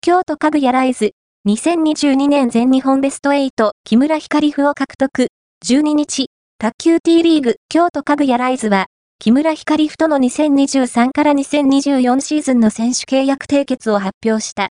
京都カグヤライズ、2022年全日本ベスト8、木村光夫を獲得。12日、卓球 T リーグ、京都カグヤライズは、木村光夫との2023から2024シーズンの選手契約締結を発表した。